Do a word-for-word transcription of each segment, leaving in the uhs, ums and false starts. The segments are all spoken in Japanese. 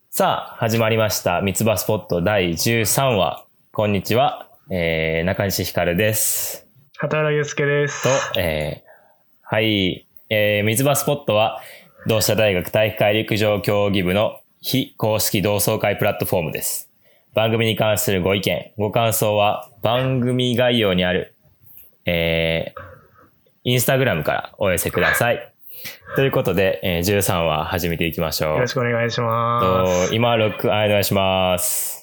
さあ、始まりました。三つ葉スポットだいじゅうさんわ。こんにちは。えー、中西ひかるです。 畑原祐介です。 と、えー、はい。えー、三つ葉スポットは、同志社大学体育会陸上競技部の非公式同窓会プラットフォームです。番組に関するご意見、ご感想は、番組概要にある、えー、インスタグラムからお寄せください。ということで、えー、じゅうさんわ始めていきましょう。 よろしくお願いします。 と今、録音、お願いします。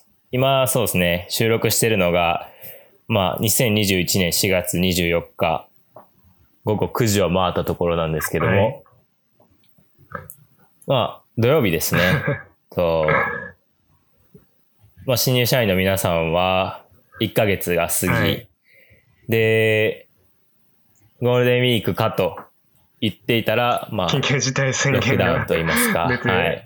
今、そうですね、収録してるのが、まあ、にせんにじゅういちねんしがつにじゅうよっか、ごごくじを回ったところなんですけども、はい、まあ、土曜日ですね。と、まあ、新入社員の皆さんは、いっかげつが過ぎ、はい、で、ゴールデンウィークかと、言っていたら、まあ、 緊急事態宣言ロックダウンと言いますか、はい、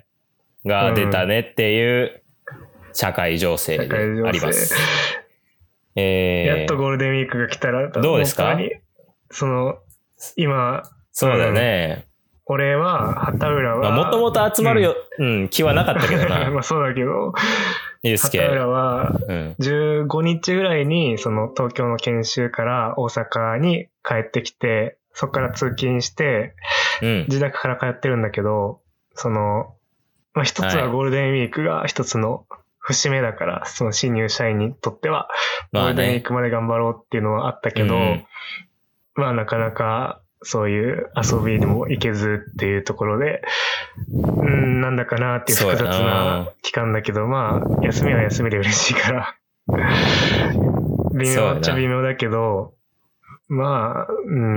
が出たねっていう社会情勢であります。 えー、やっとゴールデンウィークが来たら、 どうですか？ その、今、 そうだね。 うん、俺は、畑浦は、 もともと集まるよ、うん、うん、気はなかったけどな。 まあそうだけど、畑浦は、じゅうごにちぐらいに、その東京の研修から大阪に帰ってきて、そこから通勤して、うん、自宅から通ってるんだけど、その、まあ、一つはゴールデンウィークが一つの節目だから、はい、その新入社員にとっては、ゴールデンウィークまで頑張ろうっていうのはあったけど、まあ、ね、まあなかなかそういう遊びにも行けずっていうところで、うん、なんだかなっていう複雑な期間だけど、まあ、休みは休みで嬉しいから、微妙っちゃ微妙だけど、まあ、うん、うん、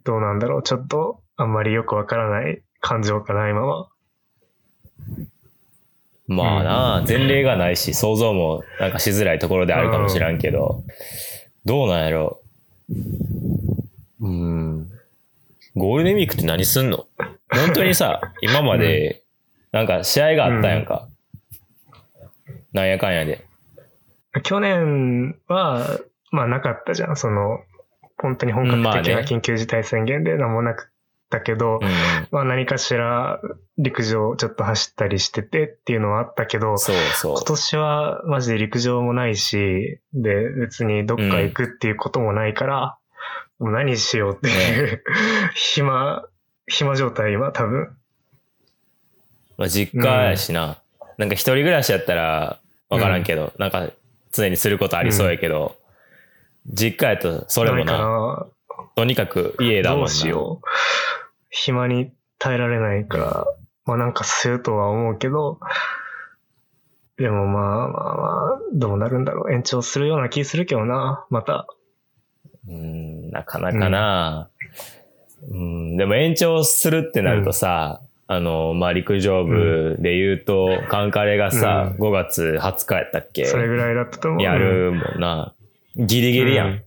どうなんだろう。ちょっと、あんまりよくわからない感情かな、今は。 まあな、うん、前例がないし、想像もなんかしづらいところであるかもしらんけど、うん、どうなんやろう。うん。ゴールデンウィークって何すんの？本当にさ、今まで、なんか試合があったやんか。うん、なんやかんやで。 去年は、まあなかったじゃん、その、本当に本格的な緊急事態宣言で何もなくったけど、まあね、まあ何かしら陸上ちょっと走ったりしててっていうのはあったけど、 そうそう、今年はマジで陸上もないし、で、別にどっか行くっていうこともないから、うん、もう何しようっていう、ね、暇、暇状態今多分。 まあ実家やしな、うん、なんか一人暮らしやったらわからんけど、うん、なんか常にすることありそうやけど、うん実家やとそれもな、なとにかく家だもんな。 どうしよう。暇に耐えられないから、まあなんかするとは思うけど、でもまあまあまあ、どうなるんだろう。延長するような気するけどな、また。 うーん、なかなかな、うん、うんでも延長するってなるとさ、うん、あの、まあ陸上部で言うと、うん、カンカレがさ、うん、ごがつはつかやったっけ？ それぐらいだったと思う。 やるもんな。ギリギリやん。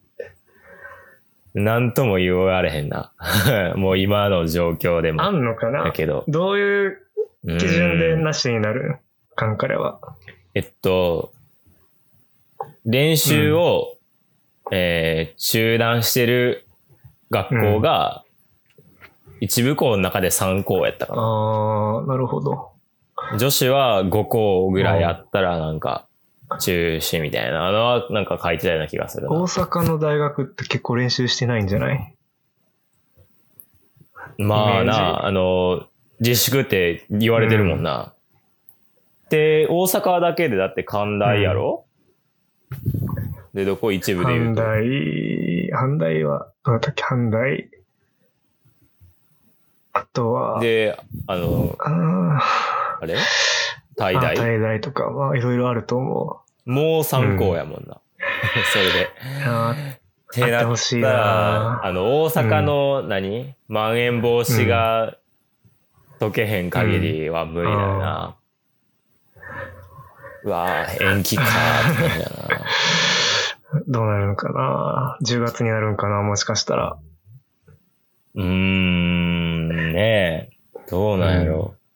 うん、なんとも言われへんな。もう今の状況でも。 あんのかな？ だけど。 どういう基準でなしになる？カンカレは。 えっと、練習を、うん、えー、中断してる学校が、一部校の中でさん校やったかな。 ああ、なるほど。 女子はご校ぐらいあったらなんか、中止みたいなのはなんか書いてたような気がするな。 大阪の大学って結構練習してないんじゃない？ まあな、あの、自粛って言われてるもんな。うん、で、大阪だけでだって関大やろ、うん、で、どこ一部で言うと。 阪大、阪大は、どうだったっけ、阪大。あとは。 で、あの、あ, あれ大大大大とか、まあいろいろあると思う。もうさん校やもんな。うん、それで。 あってほしいな。 あの、大阪の何、うん、まん延防止が解けへん限りは無理だよな。うん、うわぁ、延期かーって感じだな。 どうなるのかな。じゅうがつになるんかな、もしかしたら。 うーん、ねえ。どうなんやろ。うん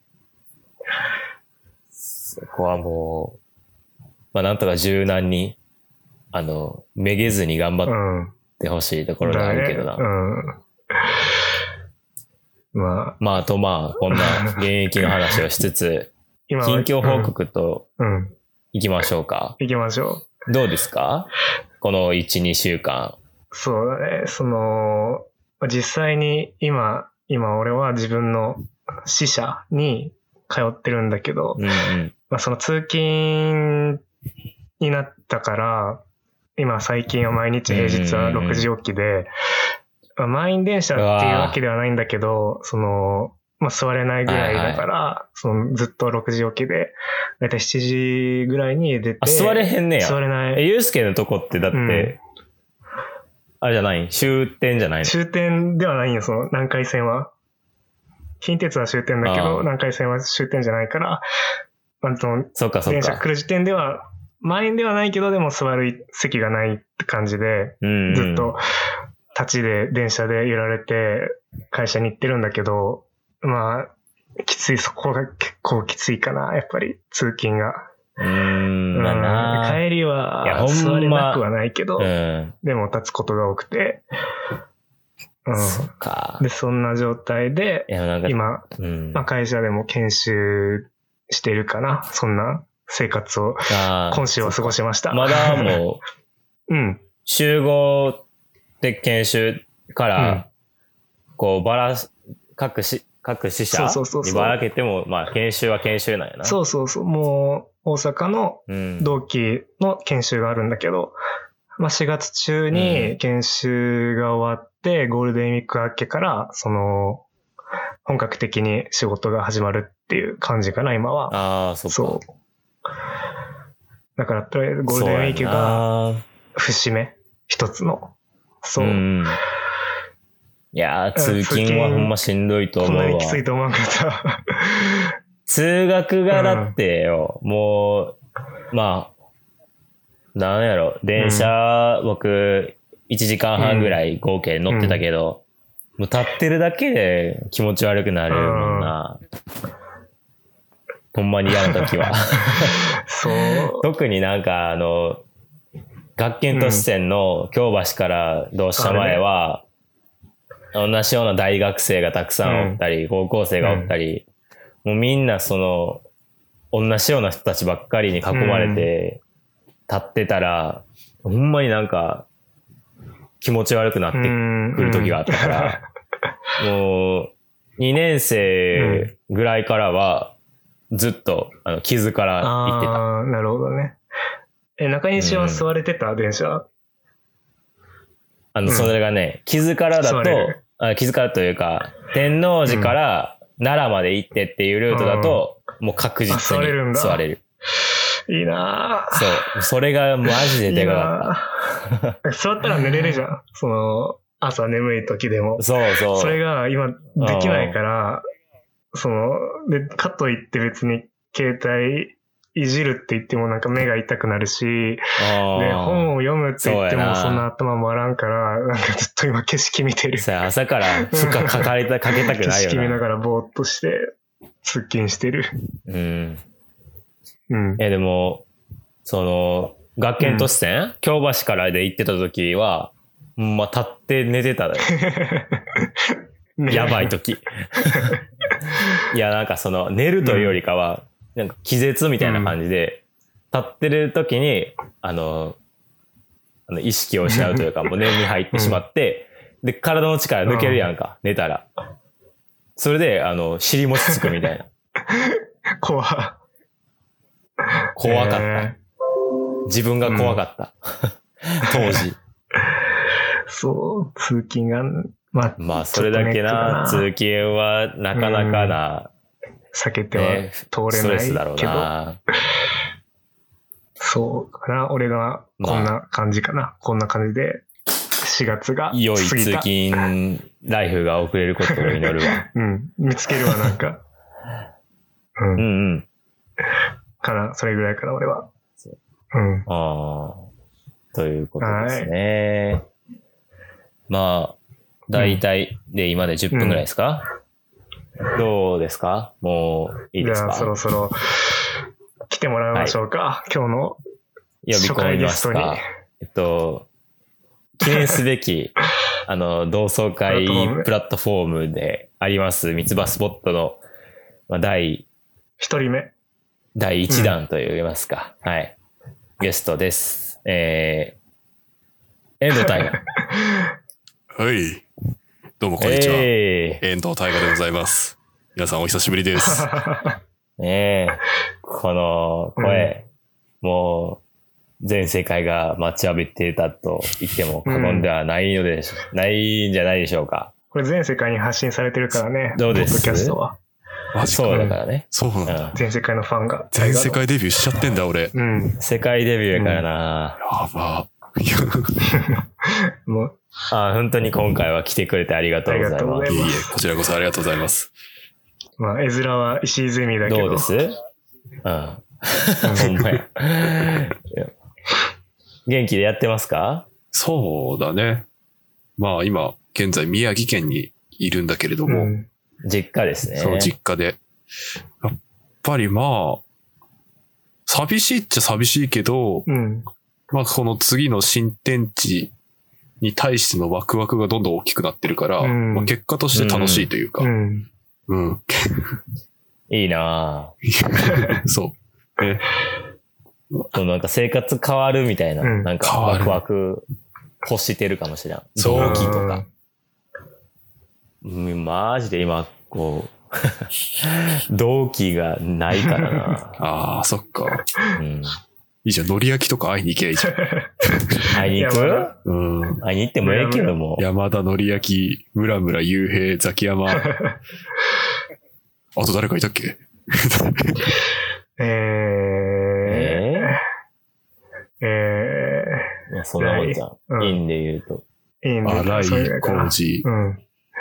そこはもう、まあなんとか柔軟に、あの、めげずに頑張ってほしいところであるけどな。うんうん、 まあ。 まあとまあ、こんな現役の話をしつつ、 今近況報告と、 うん。 行きましょうか。 行きましょう。どうですかこのいち、にしゅうかん。そうだね。その、実際に今、今俺は自分の支社に通ってるんだけど、 うんうん、 まあ、その通勤になったから、今最近は毎日平日はろくじ起きで、まあ、満員電車っていうわけではないんだけど、その、まあ、座れないぐらいだから、はいはい、そのずっとろくじ起きで、だいたいしちじぐらいに出て。 あ、座れへんねや。 座れない。 え、ゆうすけのとこってだって、うん、あれじゃない終点じゃないの？ 終点ではないんよ、その南海線は。近鉄は終点だけど、南海線は終点じゃないから、あと、 そうかそうか。 電車来る時点では、満員ではないけど、でも座る席がないって感じで、うんうん、ずっと立ちで電車で揺られて会社に行ってるんだけど、まあ、きつい、そこが結構きついかな、やっぱり通勤が。 うーん、まあな。 帰りは座れなくはないけど、うん、でも立つことが多くて、うん、 そっか。 で、そんな状態で、今、うん、まあ、会社でも研修してるかな、そんな生活を今週は過ごしました。 まだもう、うん、集合で研修から、こう、ばら、各し、各支社にばらけても、まあ、研修は研修なんやな。 そうそうそう。もう、大阪の同期の研修があるんだけど、うん、まあ、しがつ中に研修が終わって、ゴールデンウィーク明けから、その、本格的に仕事が始まるっていう感じかな、今は。 ああ、そっか。そう。 だから、とりあえずゴールデンウィークが、節目一つの。そう。うんいやー、通勤はほんましんどいと思うわ。 こんなにきついと思わんかった。 通学がだってよ、うん、もう、まあ、なんやろ、電車、うん、僕、いちじかんはんぐらい合計乗ってたけど、うん、もう立ってるだけで気持ち悪くなるもんな。うん、ほんまに嫌な時は。 そう。 特になんか、あの、学研都市線の京橋から同志社前は、同じような大学生がたくさんおったり、うん、高校生がおったり、うん、もうみんなその、同じような人たちばっかりに囲まれて、立ってたら、うん、ほんまになんか、気持ち悪くなってくる時があったから、うん、もう、にねん生ぐらいからは、ずっと、あの、傷から行ってた。 ああ、なるほどね。え、中西は座れてた、うん、電車？ あの、それがね、傷からだと、あ気づかというか、天王寺から奈良まで行ってっていうルートだと、うん、もう確実に座れる。 いいなぁ。 そう。それがマジででかかった。 座ったら寝れるじゃん。その、朝眠い時でも。 そうそう。 それが今できないから、その、で、かといって別に携帯、いじるって言ってもなんか目が痛くなるし、で、本を読むって言ってもそんな頭回らんから、なんかずっと今景色見てる。 さあ、朝から負荷かかりた、かけたくないよな。 景色見ながらぼーっとして通勤してる。 うん。うん。え、でも、その、学研都市線、うん、京橋からで行ってた時は、まあ、立って寝てただよ。ね、やばい時。いや、なんかその、寝るというよりかは、うんなんか気絶みたいな感じで、うん、立ってる時に、あの、あの意識を失うというか、もう寝に入ってしまって、うん、で、体の力抜けるやんか、うん、寝たら。それで、あの、尻餅つくみたいな。 怖怖かった、えー。自分が怖かった。当時。 そう、通勤が、まあ、 まあ、それだけな、通勤はなかなかな、 避けては通れないけど、ね、どそうかな俺がこんな感じかな、まあ、こんな感じでしがつが過ぎた。 良い通勤ライフが送れることを祈るわ。 うん見つけるわなんか、うん、うんうんからそれぐらいから俺は。うん。 ああということですね。はい、まあだいたいで今でじゅっぷんぐらいですか。うんどうですか？もういいですか？ じゃあそろそろ来てもらいましょうか。はい、今日の初回ゲストに。 えっと、記念すべき、あの、同窓会プラットフォームであります、三つ葉スポットの、まあ、第一人目。 だいいちだんと言いますか。うん、はい。ゲストです。えー、遠藤大河。 はい。どうもこんにちは。えー、遠藤大河でございます。皆さんお久しぶりです。 ねえ、この声、うん、もう全世界が待ちわびていたと言っても過言ではないので、うん、ないんじゃないでしょうか。 これ全世界に発信されてるからね。 どうです？ ポッドキャストは。 そうだからね。 そうなんだ、 うん。全世界のファンが。 全世界デビューしちゃってんだ俺。 うん。 世界デビューやからな。 うん、やば。 もうあ、本当に今回は来てくれてありがとうございます。 いえいえ、こちらこそありがとうございます。 まあ、絵面は石井ゼミだけど。 どうです？うん。ほんまや。元気でやってますか？ そうだね。まあ今、現在宮城県にいるんだけれども。うん、 実家ですね。 そう、実家で。やっぱりまあ、寂しいっちゃ寂しいけど、 うん、 まあこの次の新天地に対してのワクワクがどんどん大きくなってるから、うん、まあ、結果として楽しいというか。うん。うん、 いいなぁ。そう。えなんか生活変わるみたいな、うん、なんかワクワク欲してるかもしれん。動機とか。うん、マジで今、こう、動機がないからな。 ああ、そっか。 うん。 いいじゃん、のり焼きとか会いに行けばいいじゃん。 会いに行く？ うん。 会いに行ってもええけども。 山田のり焼き、村村雄平、ザキヤマ。あと誰かいたっけ？ えー、えー、えー、そんなもんじゃん。うん、インで言うと。 インで言うと。 荒井浩二。 うん。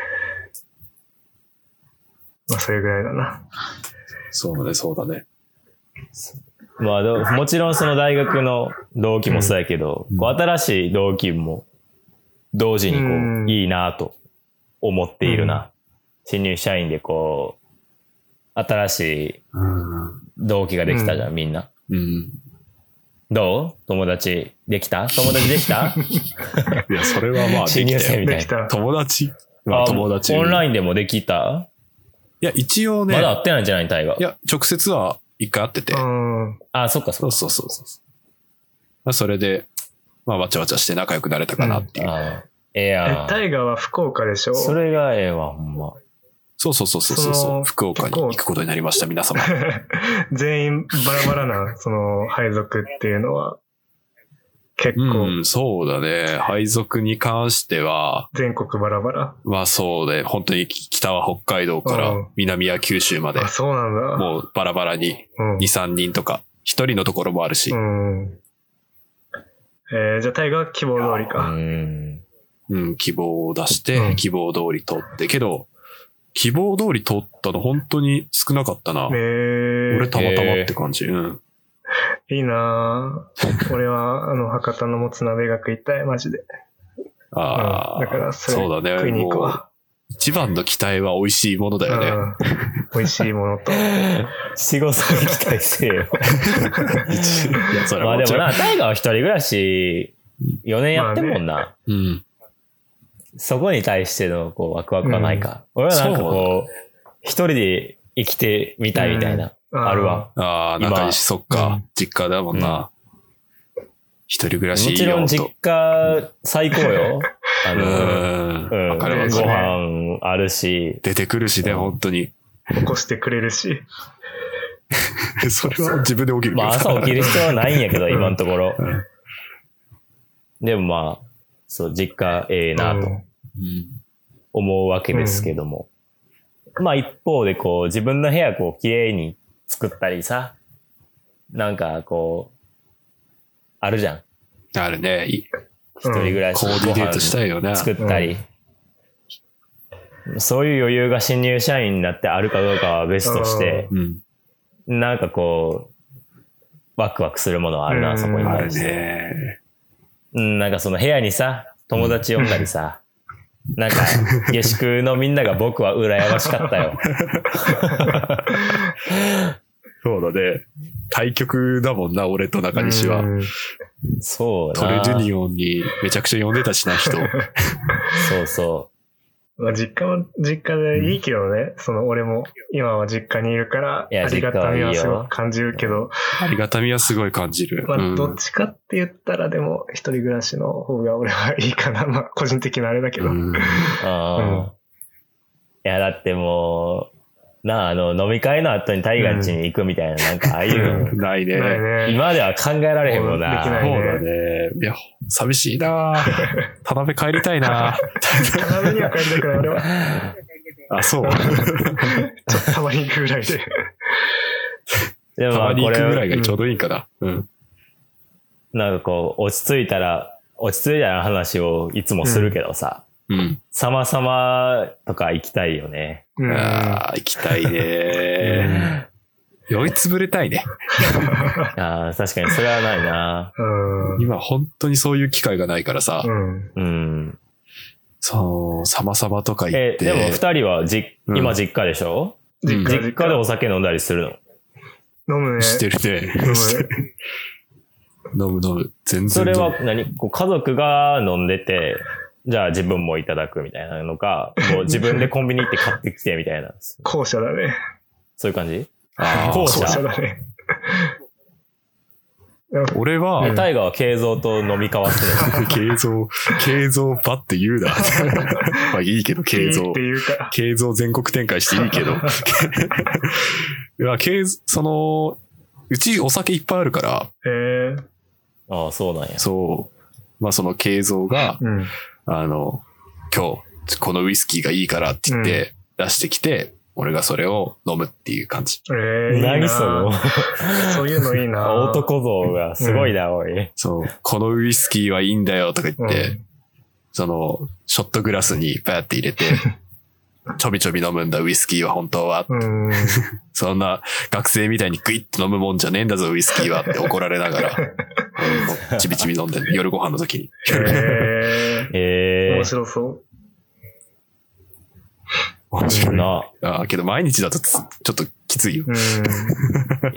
まあ、それぐらいだな。 そうだね、そうだね。 まあ、もちろんその大学の同期もそうやけど、うん、こう新しい同期も同時にこう、うん、いいなと思っているな。うん、新入社員でこう、新しい同期ができたじゃん、うん、みんな。 うん、 どう？友達できた？友達できた？ いや、それはまあできたよ。 新入生みたいな。 友達まあ友達。 オンラインでもできた？ いや、一応ね。 まだ会ってないんじゃない？タイが。 いや、直接は一回会ってて。 あ、そっかそっか。 そうそうそうそう。まあ、それで、まあ、わちゃわちゃして仲良くなれたかなっていう。うん、 あええやん。 え、タイガは福岡でしょ？ それがええわ、ほんま。 そうそうそうそうそう。福岡に行くことになりました、皆様。 全員バラバラな、その、配属っていうのは、結構。 うん、そうだね。配属に関しては。 全国バラバラ。 まあそうで、本当に北は北海道から南は九州まで。 あ、そうなんだ。 もうバラバラにに、さんにんとか、ひとりのところもあるし。 うん。えー、じゃあタイガは希望通りか。 うん。 うん、希望を出して、うん、希望通り取って。けど、希望通り取ったの本当に少なかったな。 へー。 俺たまたまって感じ。うん。 いいなぁ。俺は、あの、博多のもつ鍋が食いたい、マジで。 ああ、うん、 だからそれ、 そうだね。 食いに行くわ。 一番の期待は美味しいものだよね。うん、 美味しいものと。 仕事に期待せよ。いや、それはまあでもな、タイガーは一人暮らし、よねんやってんもんな。まあね、 うん。 そこに対しての、こう、ワクワクはないか。うん、俺はなんかこう、一人で生きてみたいみたいな。うん、あるわ。 ああ、中西、そっか、うん。実家だもんな。うん、一人暮らしいいよ。 もちろん実家最高よ。あの、 うん。わかるわかる。 ご飯あるし。 出てくるしね、本当に。 起こしてくれるし。 それは自分で起きる。 まあ朝起きる必要はないんやけど、今のところ。うん、でもまあ、そう、実家ええなと思うわけですけども。うん、まあ一方でこう、自分の部屋こう、綺麗に作ったりさ、なんかこう、あるじゃん。 あるね。 一人暮らし、 コーディネートしたいよね。 作ったり、うん。そういう余裕が新入社員になってあるかどうかは別として、うん、なんかこう、ワクワクするものはあるな、うん、そこに対して。 あるね。 うん、なんかその部屋にさ、友達呼んだりさ、うん、なんか下宿のみんなが僕は羨ましかったよ。 そうだね。対局だもんな、俺と中西は。 そうトレジュニオンにめちゃくちゃ呼んでたしな、人。 そうそまあ実家も実家でいいけどね、うん、その俺も今は実家にいるから、ありがたみはすごく感じるけど。 ありがたみはすごい感じる。 まあどっちかって言ったらでも一人暮らしの方が俺はいいかな。まあ個人的なあれだけど。うん、あうん、いやだってもう、なあ、あの、飲み会の後にタイガー家に行くみたいな、うん、なんか、ああいうの。ないね。 今では考えられへんもんな。 できないね。 そうだね。いや、寂しいな田辺帰りたいな田辺には帰りたくない、俺は。 あ、そう。ちょっとたまに行くぐらいで。 でもたまに行くぐらいがちょうどいいかな。うん。 なんかこう、落ち着いたら、落ち着いたら話をいつもするけどさ。 うん。 様々とか行きたいよね。 うん、ああ、行きたいね。酔いつぶれたいね。 ああ、確かにそれはないな。 うん、 今本当にそういう機会がないからさ。 うん。 うん、 そう、様々とか行って。 え、でも二人はじ、うん、今実家でしょ？ 実家、実家でお酒飲んだりするの？飲むね。 してるね。飲む。飲む飲む。全然。 それは何？こう家族が飲んでて、じゃあ自分もいただくみたいなのか、もう自分でコンビニ行って買ってきてみたいな。 後者だね。 そういう感じ？ あ後者。後者だね。 俺は、 タイガーは慶三と飲み交わすの。慶三、慶三ばって言うな。まあいいけど、慶三。慶三全国展開していいけど。いや、慶、その、うちお酒いっぱいあるから。 へえ。 ああ、そうなんや。 そう。まあその慶三が、 うん、 あの、今日、このウイスキーがいいからって言って出してきて、うん、俺がそれを飲むっていう感じ。 えー、 何そのそういうのいいな男像がすごいな、うん、おい。 そう。このウイスキーはいいんだよとか言って、うん、その、ショットグラスにバーって入れて、ちょびちょび飲むんだウイスキーは本当は。 うん、 そんな学生みたいにグイッと飲むもんじゃねえんだぞウイスキーはって怒られながら、うん、ちびちび飲んでる夜ご飯の時に。 へー。 えー。 面白そう。 面白いな。ああ、けど毎日だとつちょっときついよ。 うん、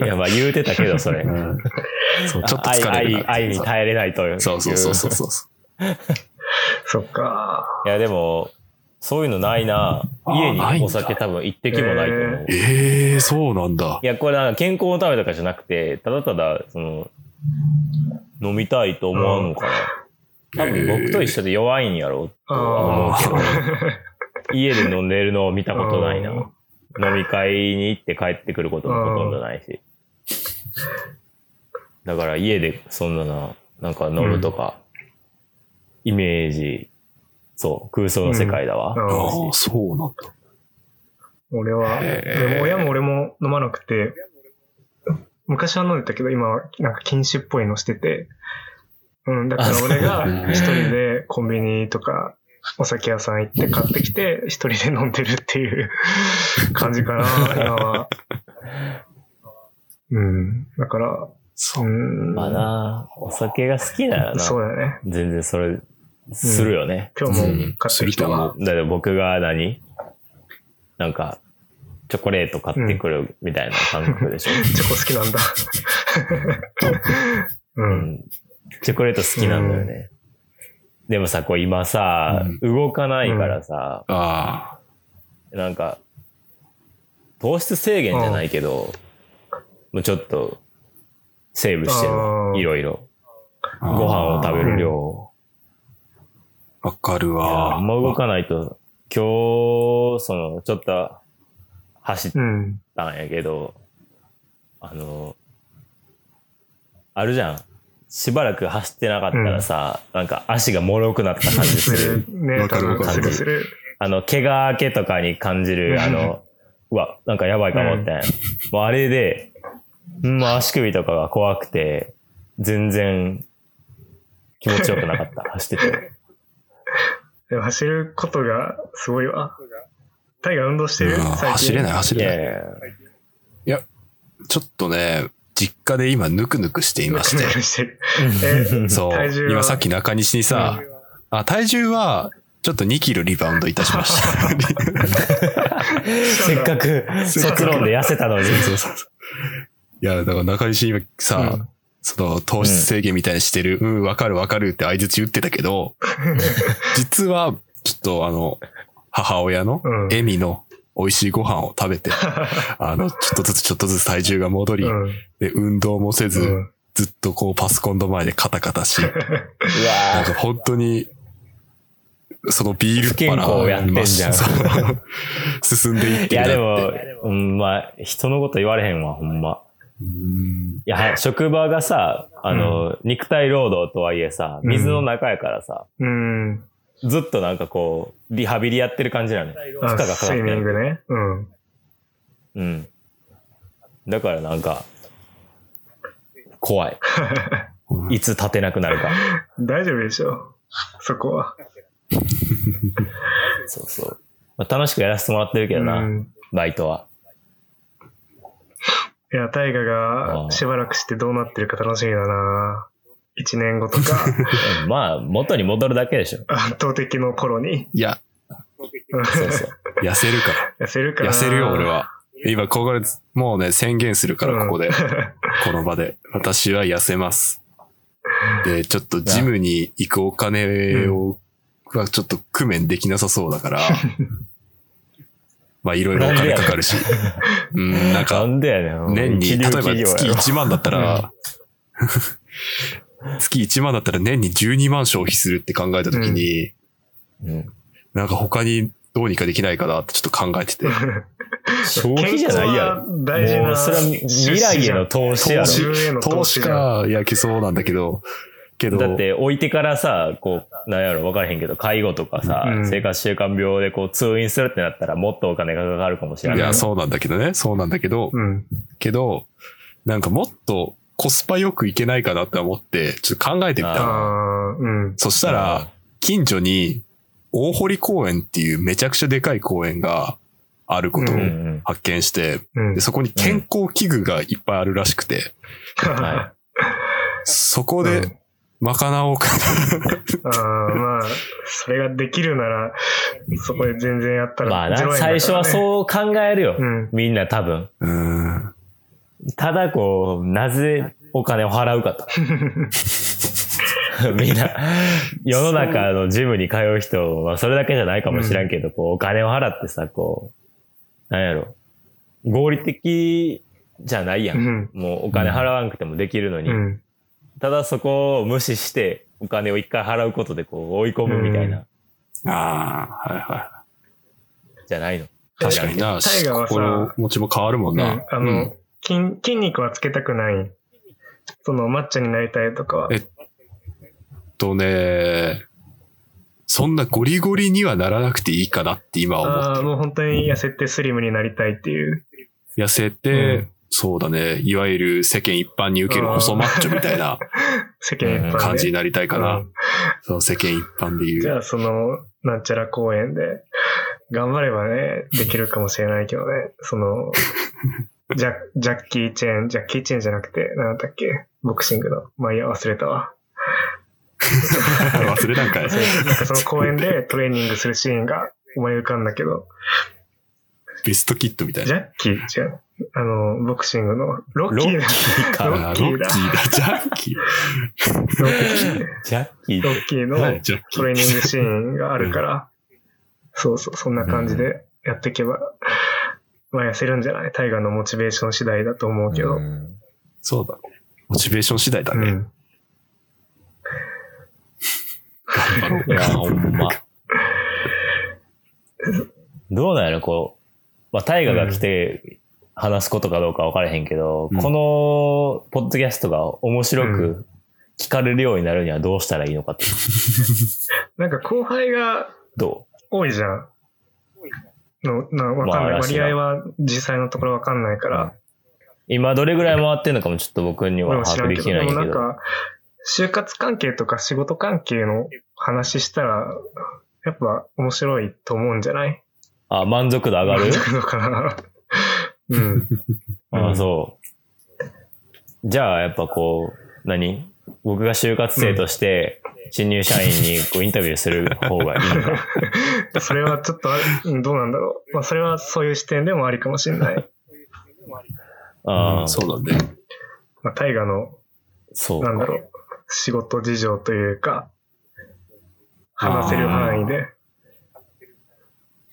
いや、まあ言うてたけど、それ。うん、 そうちょっと疲れるな。 愛、愛に耐えれないという。 そうそうそうそうそう。 そっか。 いや、でも、そういうのないな。家にお酒多分一滴もないと思う。 えー、えー、そうなんだ。 いや、これなんか健康のためとかじゃなくて、ただただ、その、飲みたいと思わんのかな。多分僕と一緒で弱いんやろうとは思うけど、家で飲んでるのを見たことないな。飲み会に行って帰ってくることもほとんどないし。だから家でそんなな、なんか飲むとか、イメージ、そう、空想の世界だわ。 うん、ああ、そうなんだ。 俺は、でも親も俺も飲まなくて、昔は飲んでたけど、今はなんか禁酒っぽいのしてて、うん、だから俺が一人でコンビニとかお酒屋さん行って買ってきて、一人で飲んでるっていう感じかな、今は。うん、だから、 そう。まあな、お酒が好きならな。 そうだね。 全然それ、するよね。 うん、今日も買ってきたわ。 だから僕が何なんか、チョコレート買ってくるみたいな感覚でしょ。 うん、チョコ好きなんだ。 うん。チョコレート好きなんだよね。うん、でもさ、こう今さ、うん、動かないからさ、 うん、あなんか、糖質制限じゃないけど、もうちょっと、セーブしてるわ。いろいろ。ご飯を食べる量を。 わかるわ。 あんま動かないと、今日、その、ちょっと、走ったんやけど、うん、あの、あるじゃん。しばらく走ってなかったらさ、うん、なんか足が脆くなった感じする。 ね、わかるわかる。 あの、怪我明けとかに感じる、あの、うわ、なんかやばいかもって。うん、もうあれで、まあ足首とかが怖くて、全然気持ちよくなかった。走ってて。 でも走ることがすごいわ。タイが運動してる？最近。 走れない、走れない。いやいや、 いやちょっとね、実家で今ぬくぬくしていまして。 ぬくぬくしてる。え、 そう。 体重は今さっき中西にさ、うん、あ、体重はちょっとにキロリバウンドいたしました。 せっかく卒論で痩せたのに。 そうそうそう。いや、だから中西にさ、うん、その糖質制限みたいにしてる、うん、わ、うん、かるわかるって相槌打ってたけど、実はちょっとあの、 母親のエミの美味しいご飯を食べて、あの、ちょっとずつちょっとずつ体重が戻り、うん、で、運動もせず、うん、ずっとこうパソコンの前でカタカタし、うわなんか本当に、そのビールっ腹をやってんじゃん。 進んでいってるなって。いやでも、うん、まあ、人のこと言われへんわ、ほんま。うんいや、職場がさ、あの、うん、肉体労働とはいえさ、水の中やからさ、うん、ずっとなんかこう、リハビリやってる感じなの。負荷がかかってる。 スイミングね。うん。 うん。だからなんか、怖い。いつ立てなくなるか。 大丈夫でしょ。そこは。 そうそう。まあ、楽しくやらせてもらってるけどな、うん、バイトは。 いや、大河がしばらくしてどうなってるか楽しみだな。一年後とか。 まあ、元に戻るだけでしょ。 圧倒的の頃に。 いや。そうそう。痩せるから。 痩せるから。 痩せるよ、俺は。今、ここで、もうね、宣言するから、ここで。うん、この場で。私は痩せます。で、ちょっとジムに行くお金を、はちょっと工面できなさそうだから。まあいろいろお金かかるし。うん、なんか、年に、例えば月いちまんだったら、月いちまんだったら年にじゅうにまん消費するって考えたときに、うん、なんか他にどうにかできないかなってちょっと考えてて。 消費じゃないやろ。 大事な。 それは未来への投資やろ。 投資か、いや、そうなんだけど、けど。 だって置いてからさ、こう、なんやろ、分からへんけど、介護とかさ、うん、生活習慣病でこう通院するってなったらもっとお金がかかるかもしれない。 いや、そうなんだけどね。そうなんだけど、うん、けど、なんかもっとコスパよくいけないかなって思って、ちょっと考えてみたの。うん、そしたら、近所に大堀公園っていうめちゃくちゃでかい公園があることを発見して、うん、でそこに健康器具がいっぱいあるらしくて、うん、そこで、うん賄おうかな。ああ、まあ、それができるなら、そこで全然やったら、ね。 まあな、最初はそう考えるよ。うん、みんな多分。うんただこう、なぜお金を払うかと。みんな、世の中のジムに通う人はそれだけじゃないかもしらんけど、うん、こう、お金を払ってさ、こう、なんやろ。合理的じゃないやん。うん、もうお金払わなくてもできるのに。うんただそこを無視してお金を一回払うことでこう追い込むみたいな。 うん、ああ、はいはい。 じゃないの。 確かにな。タイガーはさ、心持ちも変わるもんな。うん、 あの、うん、筋、筋肉はつけたくない。そのマッチョになりたいとかは。 えっとね、そんなゴリゴリにはならなくていいかなって今思ってる。 ああ、もう本当に痩せてスリムになりたいっていう。 痩せて、うんそうだね。いわゆる世間一般に受ける細マッチョみたいな世間一般感じになりたいかな。うん、そう世間一般で言う。 じゃあそのなんちゃら公園で頑張ればねできるかもしれないけどね。そのジャジャッキーチェーンジャッキーチェーンじゃなくてなんだっけボクシングのまあいや忘れたわ。 忘れたんかい。 なんかその公園でトレーニングするシーンが思い浮かんだけど。 ベストキットみたいな。 ジャッキーじゃん。あの、ボクシングの、ロッキーだ。 ロッキーか。ロッキーだ。ジャッキー。 ロッキー。ジャッキー。 ロッキーのトレーニングシーンがあるから、そうそう、そんな感じでやっていけば、まあ痩せるんじゃないタイガーのモチベーション次第だと思うけど。うん、 そうだ。モチベーション次第だね。うん、 いや、ほんま。どうなんやろ、こう。まあ、タイガーが来て話すことかどうか分からへんけど、うん、このポッドキャストが面白く聞かれるようになるにはどうしたらいいのかと。 なんか後輩が多いじゃん。のなわかんない、まあ、割合は実際のところ分かんないから。 今どれぐらい回ってんのかもちょっと僕には把握できないんだけど。でもなんか就活関係とか仕事関係の話したらやっぱ面白いと思うんじゃない？ あ、満足度上がる？ 満足度かな。うん。 あ、そう。じゃあ、やっぱこう、何？僕が就活生として、新入社員にこうインタビューする方がいいのか。 それはちょっと、どうなんだろう。まあ、それはそういう視点でもありかもしれない。 ああ、うん、そうだね。 まあ、大河の、そうなんだろう。仕事事情というか、話せる範囲で。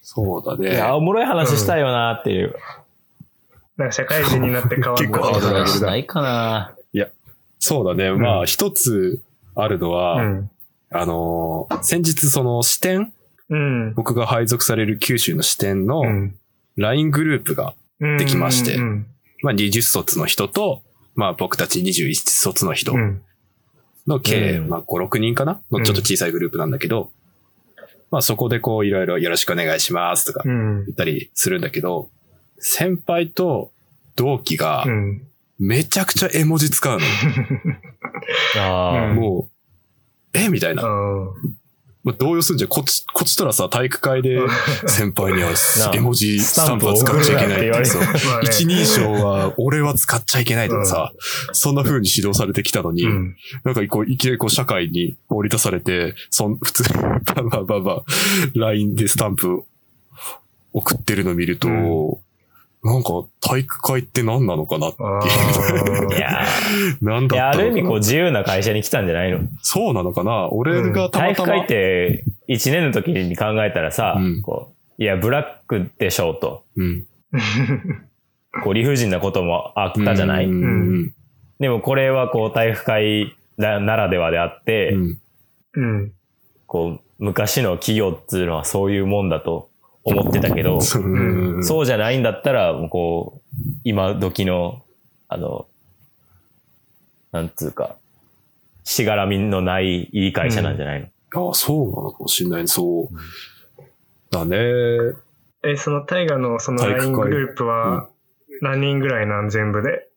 そうだね。 いや、おもろい話したいよなっていう。 うん、なんか社会人になって変わった結構ハードル上げるな。 ないかな。 いや、そうだね。うん、まあ、一つあるのは、うん、あのー、先日その支店、うん、僕が配属される九州の支店の ライン グループができまして、うんうんうん、まあにじゅっ卒の人と、まあ僕たちにじゅういち卒の人の計、うん、まあご、ろくにんかなのちょっと小さいグループなんだけど、うん、まあそこでこういろいろよろしくお願いしますとか言ったりするんだけど、うん、先輩と同期がめちゃくちゃ絵文字使うの。あもう、えみたいな。まあ、動揺するんじゃん。こっち、こっちとらさ、体育会で先輩には絵文字スタンプは使っちゃいけないってさ、一人称は俺は使っちゃいけないとかさ、うん、そんな風に指導されてきたのに、うん、なんかこう、いきなりこう社会に放り出されて、そん、普通にバンバンバンバン、ライン でスタンプ送ってるの見ると、うんなんか体育会って何なのかなっていう。いやなんだったのかな。いや、ある意味こう自由な会社に来たんじゃないの？ そうなのかな俺がたまたま、うん、体育会っていちねんの時に考えたらさ、うん、こういや、ブラックでしょうと。うん、こう理不尽なこともあったじゃない、うん、でもこれはこう体育会ならではであって、うん、こう昔の企業っていうのはそういうもんだと。思ってたけど、うん、そうじゃないんだったら、もうこう、今時の、あの、なんつうか、しがらみのないいい会社なんじゃないの、 うん、ああ、そうなのかもしれない。そう。だね。 え、そのタイガのその ライン グループは何人ぐらいなん全部で。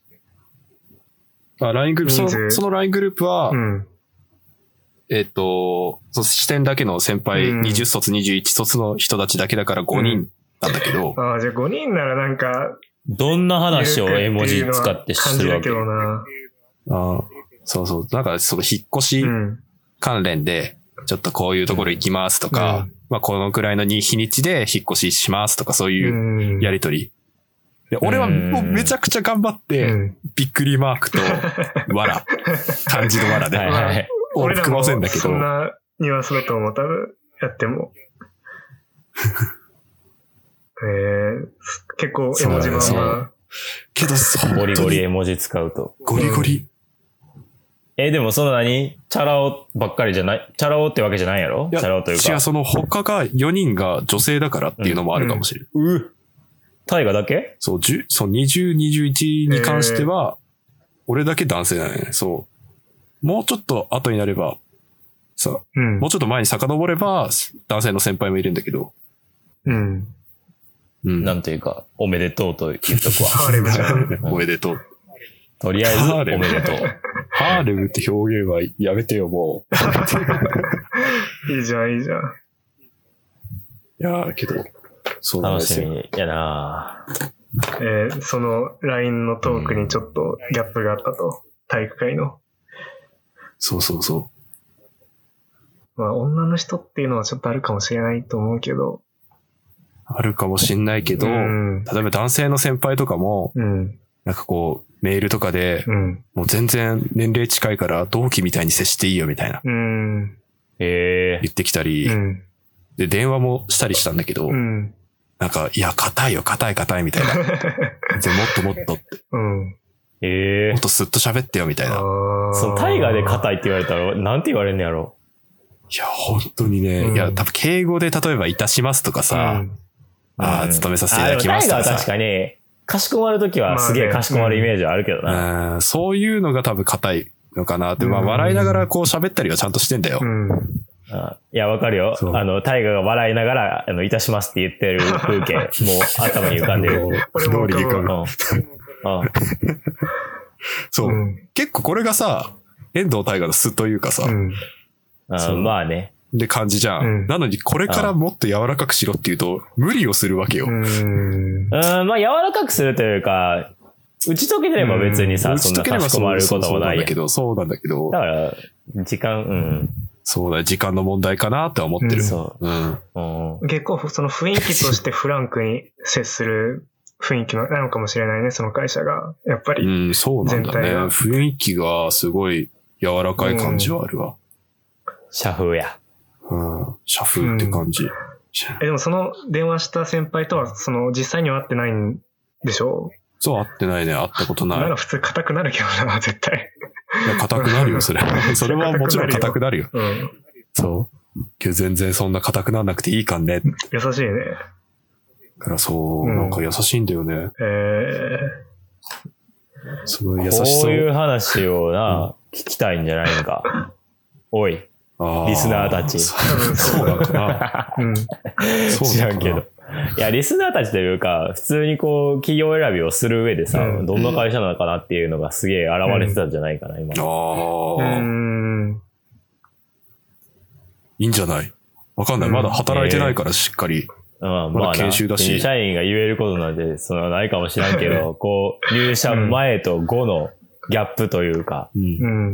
あ、ライン グループ、その、その ライン グループは、うんえっ、ー、と、その視点だけの先輩、にじゅっ卒、にじゅういち卒の人たちだけだからごにんなんだけど。 うん、ああ、じゃあごにんならなんか、 どんな話を絵文字使ってしてるわけ？ 感じだけどな。 ああ、そうそう。なんかその引っ越し関連で、ちょっとこういうところ行きますとか、うん、まあこのくらいの日にちで引っ越ししますとかそういうやりとり。で俺はもうめちゃくちゃ頑張って、びっくりマークと、わら、漢字のわらで。はいはい俺らもそんなニュアンスだと思う。多分やっても。えー、結構絵文字まま。 けどゴリゴリ絵文字使うと。 ゴリゴリ。 えー、でもその何チャラ男ばっかりじゃない、チャラ男ってわけじゃないやろ？チャラ男というか。 いや、その他がよにんが女性だからっていうのもあるかもしれない。 うん。うタイガだけ？ そう、じゅう、そう、にじゅう、にじゅういちに関しては、俺だけ男性だね。そう。もうちょっと後になれば、さ、うん、もうちょっと前に遡れば、男性の先輩もいるんだけど。うん。 うん。なんていうか、おめでとうというとこは。 ハーレムじゃん。 おめでとう。 とりあえず、おめでとう。 ハーレムって表現はやめてよ、もう。いいじゃん、いいじゃん。いやー、けど、そうなんですよ。 楽しみやなえー、その ライン のトークにちょっとギャップがあったと。体育会の。 そうそうそう。 まあ、女の人っていうのはちょっとあるかもしれないと思うけど。 あるかもしんないけど、うん、例えば男性の先輩とかも、うん、なんかこう、メールとかで、うん、もう全然年齢近いから同期みたいに接していいよみたいな。うん、えー、言ってきたり、うん、で、電話もしたりしたんだけど、うん、なんか、いや、硬いよ、硬い硬いみたいな。全然もっともっとって。うんええー。もっとスッと喋ってよみたいな。 そのタイガーで硬いって言われたら、なんて言われんのやろ。 いや、本当にね、うん、いや、多分敬語で例えばいたしますとかさ、うん、ああ、勤めさせていただきますとかさ。 タイガーは確かに、かしこまるときはすげえかしこまるイメージはあるけどな。 まあねうん、そういうのが多分硬いのかなって、まあ笑いながらこう喋ったりはちゃんとしてんだよ。うんあいや、わかるよ。あの、タイガーが笑いながら、あの、いたしますって言ってる風景、もう頭に浮かんでる。 不通りに浮かぶ。そう、うん。結構これがさ、遠藤大河の素というかさ。うん、 あまあね。 で感じじゃん、うん。なのにこれからもっと柔らかくしろっていうと、無理をするわけよ。うん、 まあ柔らかくするというか、打ち解けてれば別にさ、うん、そんなかしこまることもないやん。 そうなんだけど。 だから、時間、うん。 そうだ、時間の問題かなって思ってる。うん、そう、 うん。結構その雰囲気としてフランクに接する雰囲気なのかもしれないね、その会社が。やっぱり。 うん、そうなんだね。雰囲気がすごい柔らかい感じはあるわ。 社風や。 うん、社風って感じ。うん、 え、でもその電話した先輩とは、その実際には会ってないんでしょ？ そう、会ってないね。会ったことない。 なら普通硬くなるけどな、絶対。 いや、硬くなるよ、それ。それはもちろん硬くなるよ。 うん。 そう。けど全然そんな硬くならなくていいかんね。 優しいね。 だからそう、うん、なんか優しいんだよね。へえー。すごい優しそう。 こういう話をな、うん、聞きたいんじゃないのか。おい。リスナーたち。 そうだかな。 うん。知らんけど。いや、リスナーたちというか、普通にこう、企業選びをする上でさ、うん、どんな会社なのかなっていうのがすげえ現れてたんじゃないかな、うん、今。 ああ。うん。いいんじゃないわかんない。まだ働いてないからしっかり。 うん、まあ、まだ研修だし。新社員が言えることなんて、そのないかもしれんけど、こう、入社前と後のギャップというか、うん、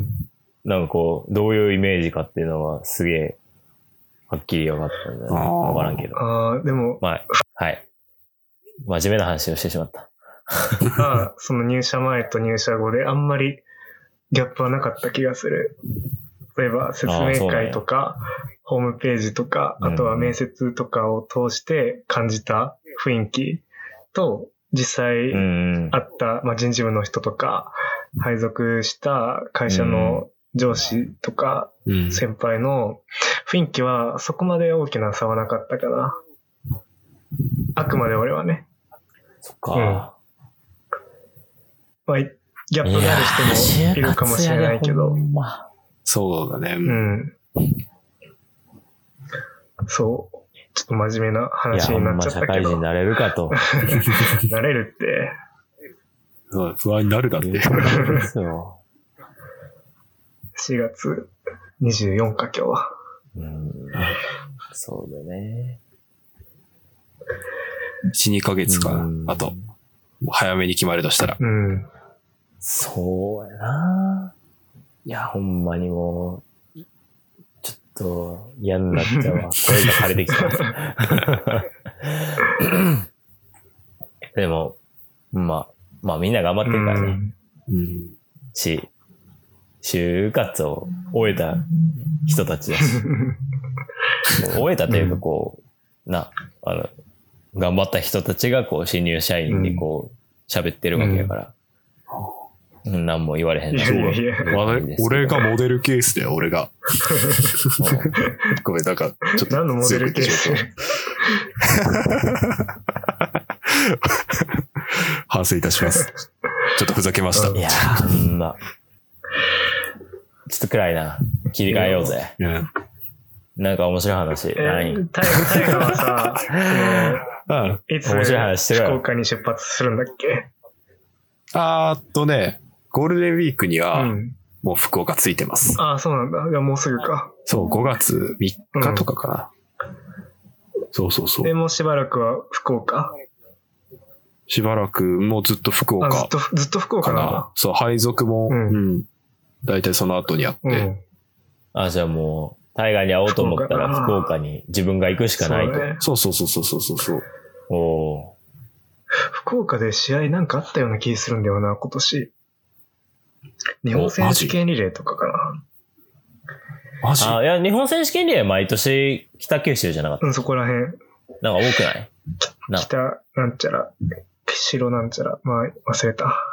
なんかこう、どういうイメージかっていうのはすげえ、はっきり分かったんじゃないわからんけど。 ああ、でも。 まあ、はい。真面目な話をしてしまった。 まあ、その入社前と入社後であんまりギャップはなかった気がする。例えば説明会とか、ホームページとか、あとは面接とかを通して感じた雰囲気と、実際会った、まあ、人事部の人とか、配属した会社の上司とか、先輩の雰囲気はそこまで大きな差はなかったかな。あくまで俺はね。 そっか。うん、まあ、ギャップがある人もいるかもしれないけど。 そうだね。 うん。そう。ちょっと真面目な話になっちゃったけど。 いや、社会人になれるかと。 なれるって。 不安になるだって。 しがつにじゅうよっか今日は。 うん。そうだね。 いち、にかげつかな。あと、早めに決まるとしたら。 うん。 そうやな。いや、ほんまにもう、ちょっと嫌になっちゃうわ。声が枯れてきた。でも、まあ、まあみんな頑張ってるからね。うん、し、就活を終えた人たちだし。終えたというかこう、な、あの、頑張った人たちがこう新入社員にこう喋ってるわけやから。うん、何も言われへんな。そう俺がモデルケースだよ、俺が。ごめん、なんか、ちょっと。 何のモデルケース反省いたします。ちょっとふざけました。 いやー、そんな。ちょっと暗いな。切り替えようぜ。うん、なんか面白い話。 えー、タイガはさ、その、うん、いつ面白い話してる福岡に出発するんだっけ？ あーっとね、ゴールデンウィークには、もう福岡ついてます。 うん、ああ、そうなんだ。いや、もうすぐか。 そう、ごがつみっかとかかな。うん、そうそうそう。 で、もうしばらくは福岡？ しばらく、もうずっと福岡。 ずっと、ずっと福岡なんだ。 そう、配属も、うん。うん、だいたいその後にあって。うん、 あ、じゃあもう、タイガーに会おうと思ったら福岡に自分が行くしかないと。 そうそうそうそうそうそう。 おー。 福岡で試合なんかあったような気するんだよな、今年。日本選手権リレーとかかな。 マジ？ あ、いや、日本選手権リレー毎年北九州じゃなかった。 うん、そこら辺。 なんか多くない？ な北なんちゃら、白なんちゃら、まあ忘れた。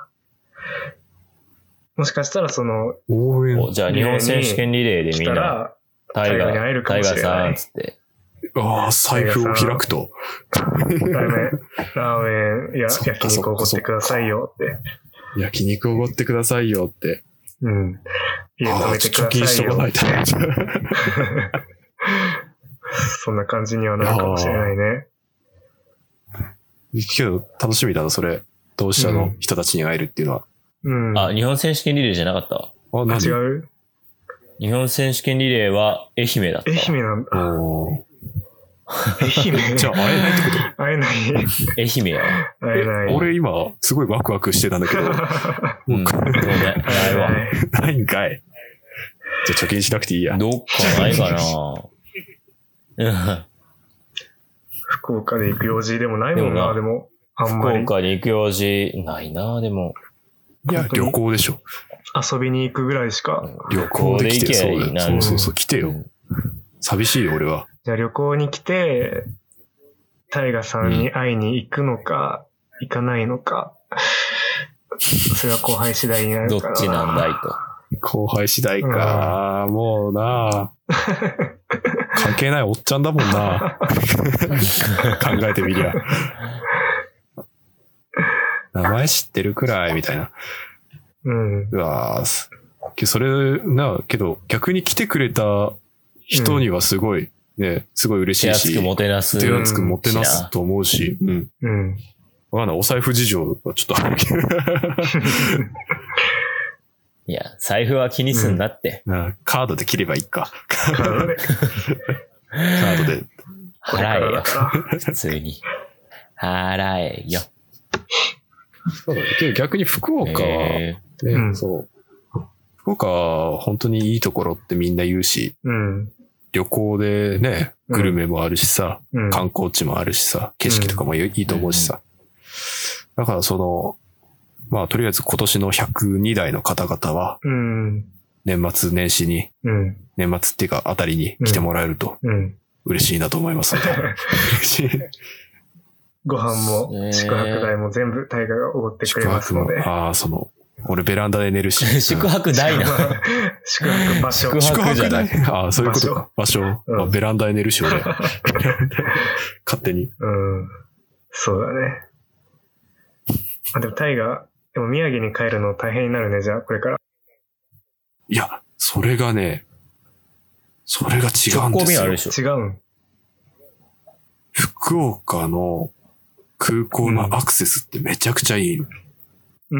もしかしたらその、 応援じゃあ日本選手権リレーでみんな、タイガー、タイガーさんつって。 ああ、財布を開くと。 ラーメン、ラーメンや焼肉をおごってくださいよって。 焼肉をおごってくださいよって。 うん。家止めてくださいよ。貯金しとかないと。 そんな感じにはなるかもしれないね。 けど、楽しみだな、それ。同志社の人たちに会えるっていうのは。 うん。 あ、日本選手権リレーじゃなかった。 あ、何？ 違う？ 日本選手権リレーは愛媛だった。 愛媛なんだ。 お愛媛じゃあ会えないってこと？ 会えない。 愛媛や。 会えない。 俺今、すごいワクワクしてたんだけど。 うん。そうね。ないわ。 ないんかい。じゃあ貯金しなくていいや。 どっかないかな。うん。 福岡で行く用事でもないもんな、でも。あんまり。 福岡に行く用事ないな、でも。 いや、旅行でしょ。 遊びに行くぐらいしか。 旅行で来て、そうそうそう、来てよ。寂しいよ、俺は。 じゃあ旅行に来て、 タイガさんに会いに行くのか、うん、行かないのか、それは後輩次第になるかな。 どっちなんだいと。 後輩次第か、うん、もうな関係ないおっちゃんだもんな考えてみりゃ。名前知ってるくらいみたいな。 うん。 うわぁ。それな、けど逆に来てくれた人にはすごい、ね、すごい嬉しいし。 手厚くもてなす。 手厚くもてなすと思うし。うん。 うん。 わかんない。お財布事情はちょっとあるけど。 いや、財布は気にすんなって。 うん、カードで切ればいいか。カードで。カードで。 払えよ。普通に。払えよ。 そうだね。けど逆に福岡は、ね、うん、そう。福岡は本当にいいところってみんな言うし、 うん、 旅行でね、グルメもあるしさ、うん、観光地もあるしさ、景色とかもいいと思うしさ。だからその、まあとりあえず今年のひゃくにだいの方々は、年末年始に、 うん、 年末っていうかあたりに来てもらえると嬉しいなと思いますので。嬉しい。 ご飯も宿泊代も全部タイガがおごってくれますので。 ああ、その、俺ベランダで寝るし。 宿泊代な。 宿泊場所。 宿泊じゃない。 ああ、そういうことか。場所。場所うんまあ、ベランダで寝るし、俺。勝手に。 うん。そうだね。あ、でもタイガ、でも宮城に帰るの大変になるね、じゃあ、これから。 いや、それがね、それが違うんですよ。 直行便あるでしょ。 違うん。 福岡の空港のアクセスってめちゃくちゃいいの。 うん。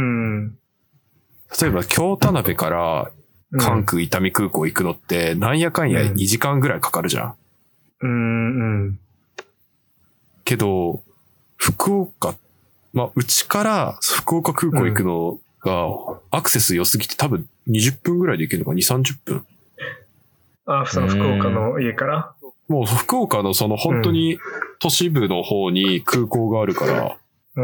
例えば、京田辺から関空伊丹空港行くのって、なんやかんやにじかんぐらいかかるじゃん。 うん、うん。 けど、福岡、まあ、うちから福岡空港行くのが、アクセス良すぎて多分にじゅっぷんぐらいで行けるのか、に、さんじゅっぷん。 あ、その福岡の家からもう福岡のその本当に都市部の方に空港があるから、 うん。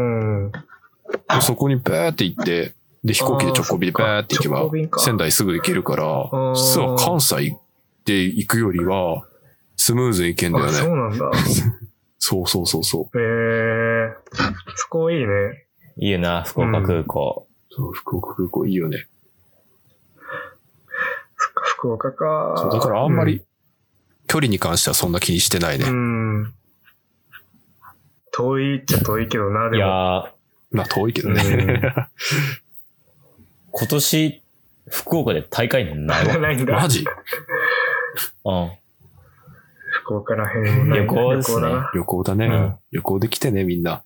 そこにバーって行って、で、飛行機で直行便でバーって行けば、仙台すぐ行けるから、実は関西で行くよりは、スムーズに行けんだよね。 そうなんだ。 そうそうそうそう。 へえー、そこいいね。 いいな、福岡空港。 うん、そう、福岡空港いいよね。 そっか、福岡か。 そう、だからあんまり、距離に関してはそんな気にしてないね。 うん。遠いっちゃ遠いけどな、でも。 いやー。 まあ遠いけどね。 今年、福岡で大会ないわ。 ないんだ。 マジ？ うん。 福岡らへん。 旅行ですね。 旅行だね、うん。旅行で来てね、みんな。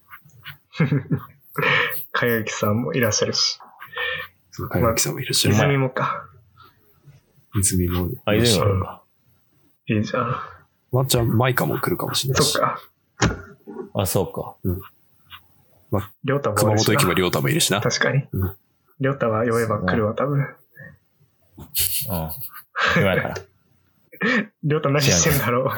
かやゆきさんもいらっしゃるし。 そう、かやゆきさんもいらっしゃる。 泉もか。 泉も。 あ、泉もか。 いいじゃん。 まっちゃん、マイカも来るかもしれないし。 そっか。 あ、そうか。 うん。まあ、 りょうたも熊本行けばりょうたもいるしな。 確かに。 うん。 りょうたは酔えば来るわ、多分。うん。 今やから。 りょうた何してんだろう。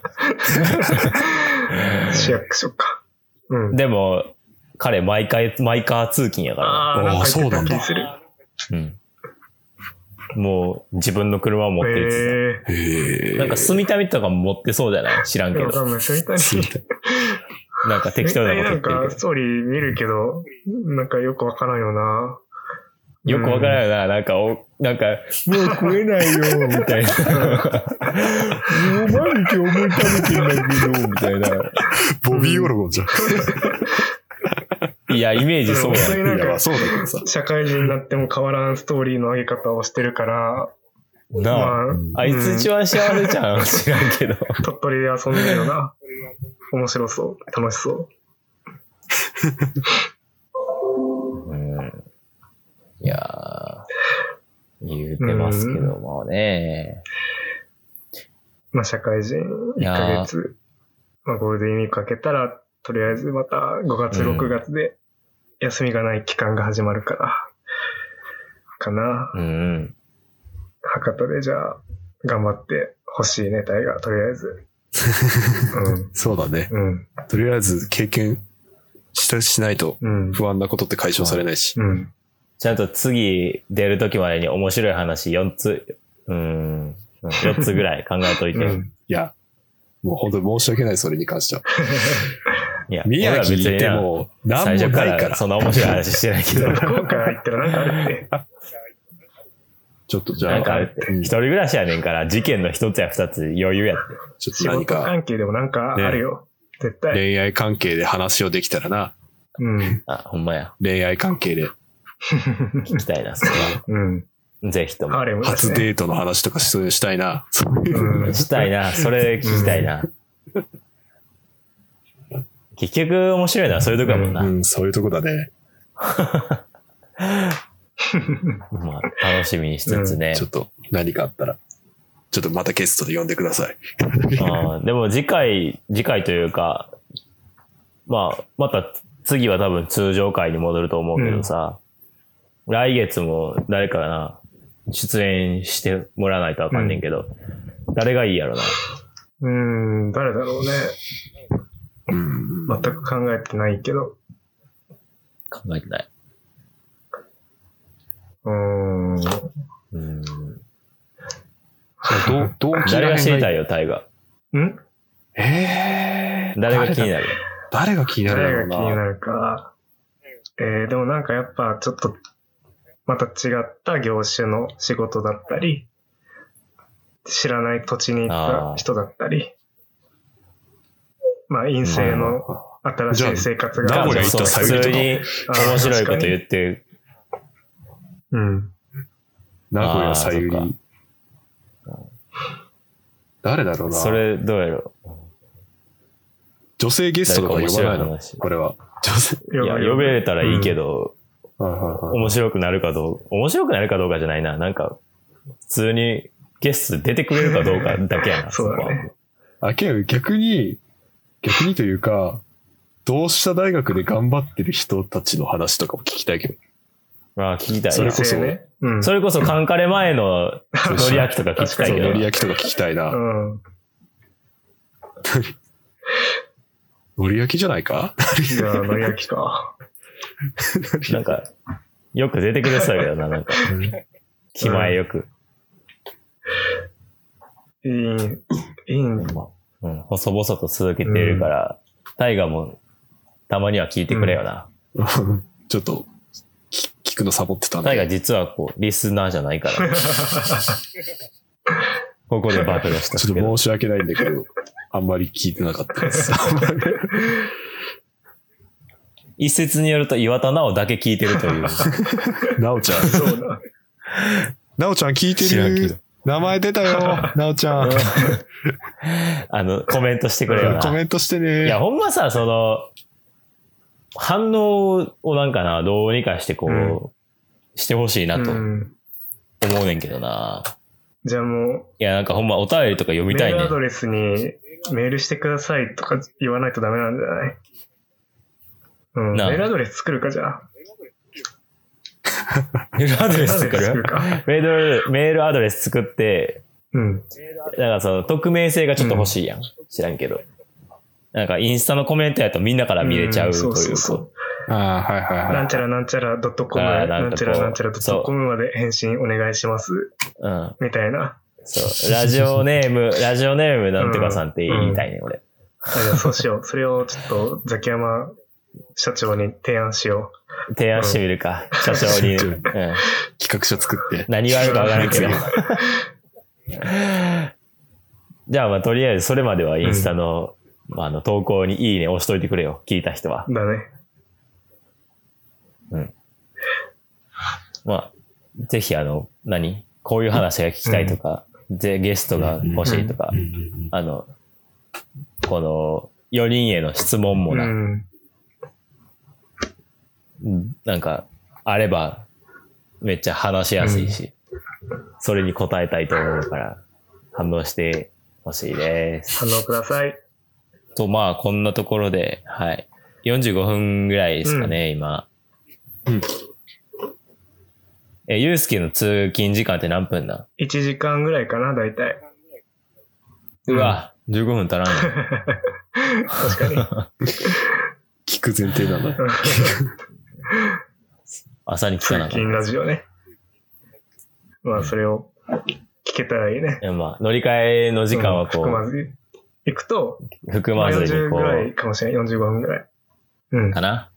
市役所か。うん。 でも、彼、毎回、毎回通勤やから。 ああ、そうなんだ。 うん。もう、自分の車を持ってるってへえ。 なんか、住みたみとかも持ってそうじゃない知らんけど。 わかんない、住みたみ。 なんか適当なこと言ってる。 なんか、ストーリー見るけど、なんかよくわからんよな。 よくわからんよな。なんか、お、なんか、もう食えないよ、みたいな。もう毎日思い食べてんだけど、みたいな。 ボビーオロゴンじゃん。 いや、イメージそうやね。 いや、そうだけどさ。 社会人になっても変わらんストーリーの上げ方をしてるから、 なあ、まあ、あいつ一番幸せじゃん。知らんけど。 鳥取で遊んでるよな。面白そう。楽しそう。 うん、いやー、言うてますけどもね。 まあ、社会人いっかげつ、まあ、ゴールデンウィークかけたら、とりあえずまたごがつ、ろくがつで休みがない期間が始まるから、かな。 うん。 博多でじゃあ、頑張ってほしいね、タイガー、とりあえず。 うん、そうだね、 うん。 とりあえず経験し、しないと不安なことって解消されないし。 うんうん、 ちゃんと次出るときまでに面白い話よっつ、うん、よっつぐらい考えといて。うん、 いや、 もう本当に申し訳ない、それに関しては。 いや、 宮城行っても、何もないから。 そんな面白い話してないけど。 福岡行ったらなんかあるって。 ちょっとじゃあ。 なんかあるって。一人暮らしやねんから、事件の一つや二つ余裕やって。 ちょっと何か。仕事関係でもなんかあるよ。ね、絶対。 恋愛関係で話をできたらな。 うん。 あ、ほんまや。 恋愛関係で。 聞きたいな、それは。 うん。 ぜひとも。 ね、 初デートの話とかしたいな。 うん、したいな。それ聞きたいな。うん、結局面白いのはそういうとこだもんな。 うん、うん、そういうとこだね。 まあ、楽しみにしつつね、 うん。ちょっと何かあったら、ちょっとまたゲストで呼んでください。 あでも次回、次回というか、まあ、また次は多分通常回に戻ると思うけどさ、うん、来月も誰かな、出演してもらわないとわかんねんけど、うん、誰がいいやろな。 うーん、誰だろうね。 うん、 全く考えてないけど。 考えてない。 うーん。うーん。 どう、どう誰が知りたいよ、タイガ。 んえー。 誰が気になる誰が気になる誰が気になるか。えー、でもなんかやっぱちょっと、また違った業種の仕事だったり、知らない土地に行った人だったり、まあ陰性の新しい生活が。 名古屋行ったさゆりとか。 普通に面白いこと言って、 うん。 名古屋さゆり。誰だろうな。 それどうやろう。 女性ゲストとか呼ばないのこれは。女性いや、呼べれたらいいけど、うん、面白くなるかどうか、面白くなるかどうかじゃないな。なんか、普通にゲスト出てくれるかどうかだけやな。 そうだね。 あ、けど逆に、逆にというか、同志社大学で頑張ってる人たちの話とかも聞きたいけど。 ああ、聞きたい。 それこそ、 ねうん、 それこそカンカレ前ののり焼きとか聞きたいけど。 のり焼きとか聞きたいな。 うん。 のり焼きじゃないかいや、のり焼きか。 なんか、よく出てくれそうやけどな、なんか。気前よく。 いい、いいんだ。 うん、細々と続けてるから、タイガーもたまには聞いてくれよな。 うん、ちょっと、聞くのサボってたんで。 タイガー実はこう、リスナーじゃないから。ここでバトルした。 ちょっと申し訳ないんだけど、あんまり聞いてなかったです。 一説によると岩田直だけ聞いてるという。 なおちゃん。 そうだ。 なおちゃん聞いてる。名前出たよ、なおちゃん。 あの、コメントしてくれよな。 コメントしてね。 いや、ほんまさ、その、反応をなんかな、どうにかしてこう、うん、してほしいなと思うねんけどな。 じゃあもう。 いや、なんかほんまお便りとか読みたいね。 メールアドレスにメールしてくださいとか言わないとダメなんじゃない？うん。メールアドレス作るか、じゃあ。 メールアドレス作るメール、メールアドレス作って、 うん。 だからその匿名性がちょっと欲しいやん。うん、知らんけど。なんかインスタのコメントやとみんなから見れちゃうというか。うん、そうそうそう。 ああ、はいはいはい。 なんちゃらなんちゃら .com、なんちゃらなんちゃら .com まで返信お願いします。 うん。 みたいな。 そう。ラジオネーム、ラジオネームなんとかさんって言いたいね、うん、俺。 あ、じゃあそうしよう。それをちょっとザキヤマ社長に提案しよう。提案してみるか。うん、社長に、うん。 企画書作って。 何があるかわからんけど。じゃあまあとりあえずそれまではインスタの、うん、まあ、あの投稿にいいね押しといてくれよ。聞いた人は。 だね。 うん。まあ、ぜひあの、何こういう話が聞きたいとか、うん、でゲストが欲しいとか、うん、あの、このよにんへの質問もな、うん、なんか、あれば、めっちゃ話しやすいし、うん、それに答えたいと思うから、反応してほしいです。 反応ください。 と、まあ、こんなところで、はい。よんじゅうごふんぐらいですかね、うん、今。うん。え、ゆうすけの通勤時間って何分だ ? いち 時間ぐらいかな、だいたい。 うわ、うん、じゅうごふん足らんよ。 確かに。 聞く前提だな。 朝に聞かなかった。 通勤ラジオね。まあ、それを聞けたらいいね。 いや、まあ、乗り換えの時間はこう、 うん、含まず行くと、 含まずにこう。 よんじゅうぐらいかもしれない。よんじゅうごふんぐらい。うん。 かな。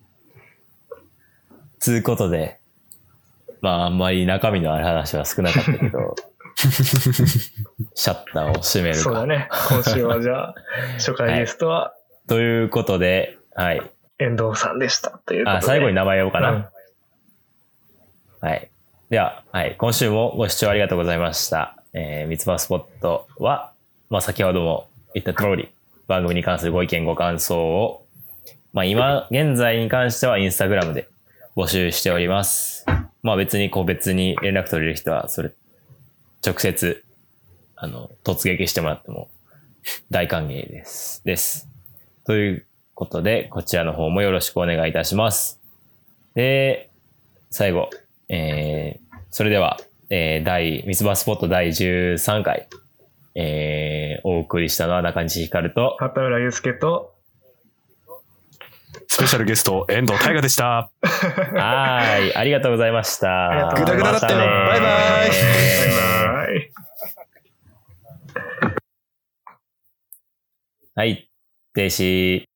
つうことで、まああんまり中身のある話は少なかったけど、シャッターを閉めるか。 そうだね。今週はじゃあ、初回ゲストは、はい、ということで、はい。 遠藤さんでした。ということで。 あ、最後に名前呼ぼうかな。うん、はい。では、はい。今週もご視聴ありがとうございました。えー、三つ葉スポットは、まあ先ほども言った通り、番組に関するご意見ご感想を、まあ今、現在に関してはインスタグラムで募集しております。まあ別に個別に連絡取れる人は、それ、直接、あの、突撃してもらっても大歓迎です。です。ということで、こちらの方もよろしくお願いいたします。で、最後、えー、それでは、えー、第、三つ葉スポットだいじゅうさんかい、えー、お送りしたのは中西光と、 畑浦祐介と、 スペシャルゲスト、遠藤大我でした。 はい。ありがとうございました。 ぐだぐだだったよ。バイバイ。バイバイ。 はい。停止。